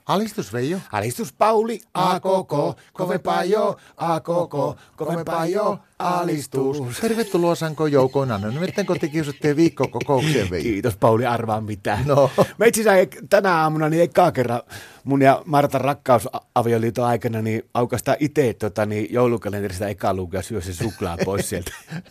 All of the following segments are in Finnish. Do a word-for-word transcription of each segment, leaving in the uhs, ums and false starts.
Alistus Veijo. Alistus Pauli, a koko, kovempaa jo, a koko, kovempaa jo, alistus. Tervetuloa Sanko joukoina. No nimittäin kotikiusattiin viikkokokoukseen Veijo. Kiitos Pauli, arvaa mitään. No. Mä itse asiassa tänä aamuna niin ekaa kerran mun ja Martan rakkausavioliiton aikana niin aukastaan itse tota, niin joulukalenterista ekaa lukea syö se suklaa pois sieltä.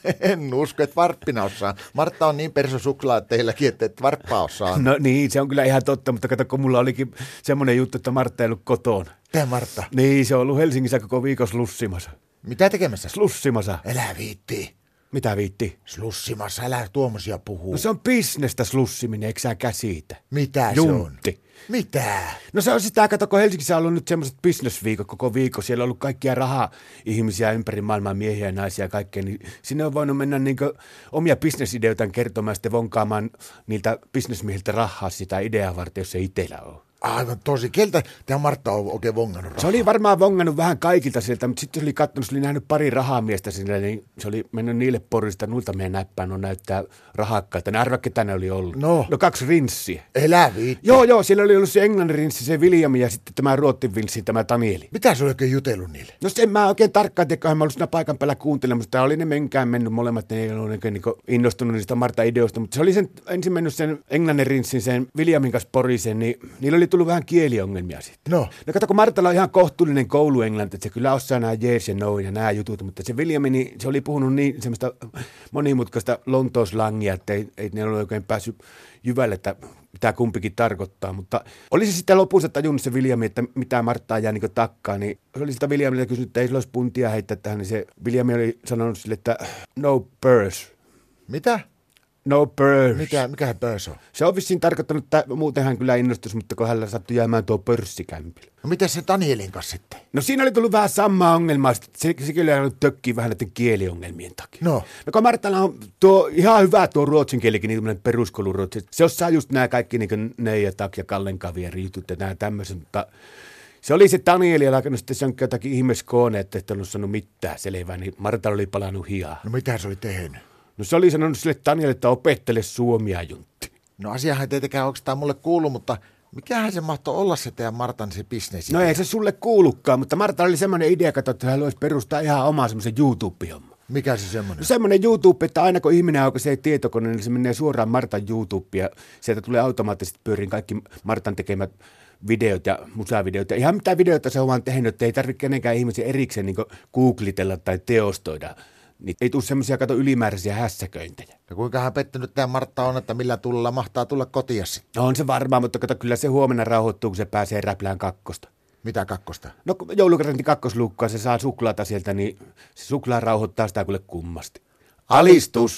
En usko, että varppina osaa. Martta on niin perso suklaa teilläkin, että et varppaa osaa. No niin, se on kyllä ihan totta, mutta kato, kun mulla olikin semmoinen juttu, että Martta ei ollut kotona. Tää Martta. Niin, se on ollut Helsingissä koko viikon slussimassa. Mitä tekemässä? Slussimassa. Älä viitti. Mitä viitti? Slussimassa, älä tuommoisia puhuu. No se on bisnestä slussiminen, eikö sä käsitä? Mitä Juntti. se on? Mitä? No se on sitä, kato, kun Helsingissä on ollut nyt semmoiset business-viikot koko viikko. Siellä on ollut kaikkia raha-ihmisiä ympäri maailmaa, miehiä ja naisia ja kaikkea. Niin sinne on voinut mennä niin omia bisnesideoitaan kertomaan ja sitten vonkaamaan niiltä bisnesmiehiltä rahaa sitä ideaa varten, jos se itsellä on. Aivan tosi. Keltä tämä Martta on oikein vongannut rahaa? Se oli varmaan vongannut vähän kaikilta sieltä, mutta sitten se oli katsonut, se oli nähnyt pari rahamiestä sinne, niin se oli mennyt niille porista, nuilta meidän näppään, no näyttää rahakkailta. Ne arva, ketä ne oli ollut. No. No kaksi rinssiä. Elä viitti. Joo, joo, siellä oli ollut se englannin rinssi, se William ja sitten tämä ruottin rinssi, tämä Danieli. Mitä se oli oikein jutellut niille? No en mä oikein tarkkaan tiedä, mä ollut siinä paikan päällä kuuntelemassa. Tää oli ne menkään mennyt molemmat, ne ei ollut niin innostunut niistä Marta-ideoista, mutta se oli sen, ensin mennyt sen englannin rinssin, sen Williamin kanssa poriseen, niin niillä oli tullut vähän kieliongelmia sitten. No. No kato, kun Martalla on ihan kohtuullinen kouluenglanti, että se kyllä osaa nämä jees ja no ja nämä jutut, mutta se William, niin se oli puhunut niin semmoista monimutkaista lontooslangia, että ei, ei ne ole oikein päässyt jyvälle, että mitä kumpikin tarkoittaa, mutta oli se sitten lopussa tajunnut se William, että mitä Marttaa jää niin takkaa, niin se oli sitä Williamilta kysynyt, että ei sillä olisi puntia heittää tähän, niin se William oli sanonut sille, että no purse. Mitä? No purse. Mikä, mikä pörs on? Se on vissiin tarkoittanut, että muuten hän kyllä innostus, mutta kun hänellä sattui jäämään tuo pörssikämpillä. No miten se Danielin kanssa sitten? No siinä oli tullut vähän samaa ongelmaa, se, se kyllä on tökkii vähän näiden kieliongelmien takia. No. No kun Martalla on tuo ihan hyvä tuo ruotsin kielikin, niin tämmöinen peruskouluruotsi. Se osaa just nämä kaikki niin kuin ne ja tak ja kallenkavieri jutut ja nämä tämmöiset, mutta se oli se Danieli alkanut sitten sanonut jotakin ihmeskoone, että et ollut sanonut mitään selvää, niin Martalla oli palannut hiaa. No mitä se oli tehnyt? No se oli sanonut sille Danielille, että opettele suomia, Juntti. No asiahan ei tietenkään oikeastaan mulle kuulu, mutta mikähän se mahtoi olla se teidän Martan se bisnes? No ei se sulle kuulukaan, mutta Martalla oli semmoinen idea, että hän voisi perustaa ihan omaa semmoisen YouTube-homma. Mikä se semmoinen? No semmoinen YouTube, että aina kun ihminen aukaisee tietokoneen, niin se menee suoraan Martan YouTube ja sieltä tulee automaattisesti pyöriin kaikki Martan tekemät videot ja musavideot. Ja ihan mitä videoita se on vaan tehnyt, että ei tarvitse kenenkään ihmisen erikseen niin googlitella tai teostoida. Niin ei tule semmoisia kato ylimääräisiä hässäköintejä. Ja kuinka hän pettynyt tämä Martta on, että millä tulla mahtaa tulla kotiin sitten? No on se varmaan, mutta kato kyllä se huomenna rauhoittuu, kun se pääsee räplään kakkosta. Mitä kakkosta? No kun joulukalentti kakkosluukkaa, se saa suklaata sieltä, niin se suklaa rauhoittaa sitä kuule kummasti. Alistus!